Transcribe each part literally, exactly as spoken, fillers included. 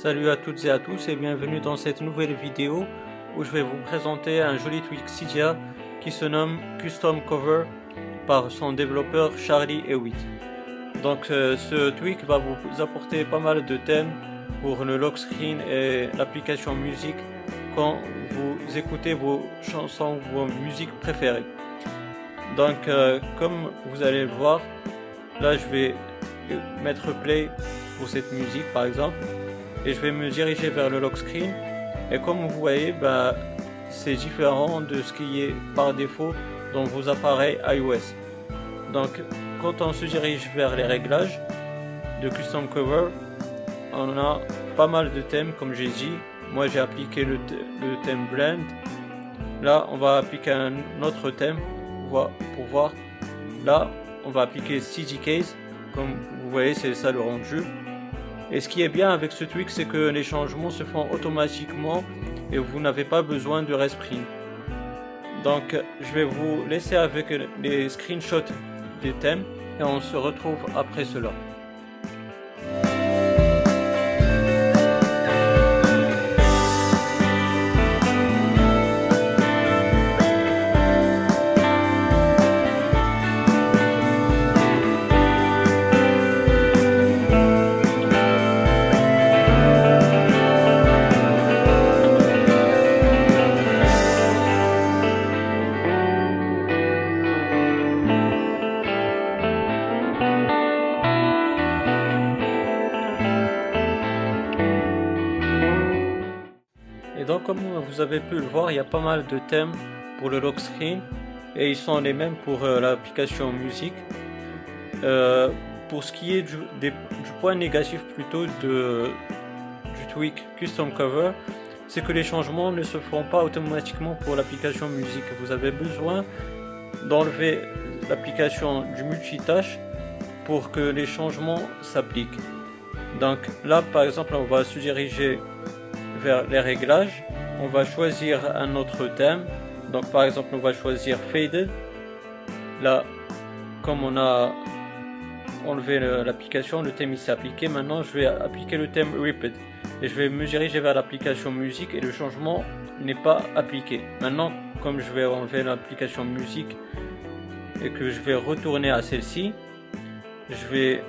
Salut à toutes et à tous et bienvenue dans cette nouvelle vidéo où je vais vous présenter un joli tweak Cydia qui se nomme Custom Cover par son développeur Charlie Hewitt. Donc euh, ce tweak va vous apporter pas mal de thèmes pour le lock screen et l'application musique quand vous écoutez vos chansons, vos musiques préférées. Donc euh, comme vous allez le voir, là je vais mettre play pour cette musique par exemple et je vais me diriger vers le lock screen et comme vous voyez bah, c'est différent de ce qui est par défaut dans vos appareils iOS. Donc quand on se dirige vers les réglages de Custom Cover, on a pas mal de thèmes comme j'ai dit. Moi j'ai appliqué le, le thème Blend. Là on va appliquer un autre thème pour voir. Là on va appliquer C D Case. Comme vous voyez c'est ça le rendu. Et ce qui est bien avec ce tweak c'est que les changements se font automatiquement et vous n'avez pas besoin de respring. Donc je vais vous laisser avec les screenshots des thèmes et on se retrouve après cela. Et donc comme vous avez pu le voir, il y a pas mal de thèmes pour le lock screen et ils sont les mêmes pour euh, l'application musique. Euh, pour ce qui est du, des, du point négatif plutôt de, du tweak Custom Cover, c'est que les changements ne se font pas automatiquement pour l'application musique. Vous avez besoin d'enlever l'application du multitâche pour que les changements s'appliquent. Donc là par exemple on va se diriger vers les réglages, on va choisir un autre thème. Donc par exemple on va choisir Faded. Là comme on a enlevé l'application, le thème il s'est appliqué. Maintenant je vais appliquer le thème Repeat et je vais me diriger vers l'application musique et le changement n'est pas appliqué. Maintenant comme je vais enlever l'application musique et que je vais retourner à celle-ci, je vais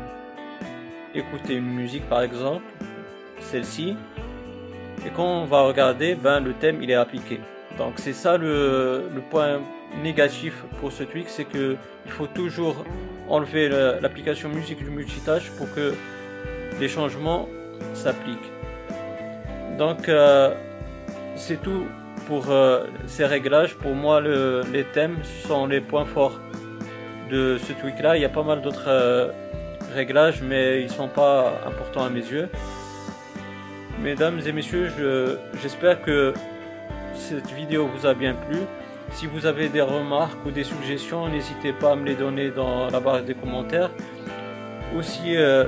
écouter une musique par exemple, celle-ci. Et quand on va regarder, ben, le thème il est appliqué. Donc c'est ça le, le point négatif pour ce tweak, c'est que il faut toujours enlever l'application musique du multitâche pour que les changements s'appliquent. Donc euh, c'est tout pour euh, ces réglages. Pour moi le, les thèmes sont les points forts de ce tweak là. Il y a pas mal d'autres euh, réglages mais ils sont pas importants à mes yeux. Mesdames et messieurs, j'espère je, que cette vidéo vous a bien plu. Si vous avez des remarques ou des suggestions, n'hésitez pas à me les donner dans la barre des commentaires. Aussi, euh,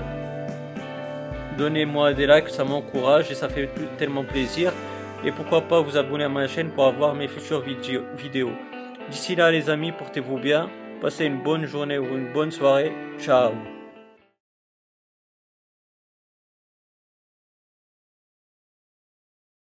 donnez-moi des likes, ça m'encourage et ça fait tellement plaisir. Et pourquoi pas vous abonner à ma chaîne pour avoir mes futures vidéos. D'ici là les amis, portez-vous bien, passez une bonne journée ou une bonne soirée. Ciao.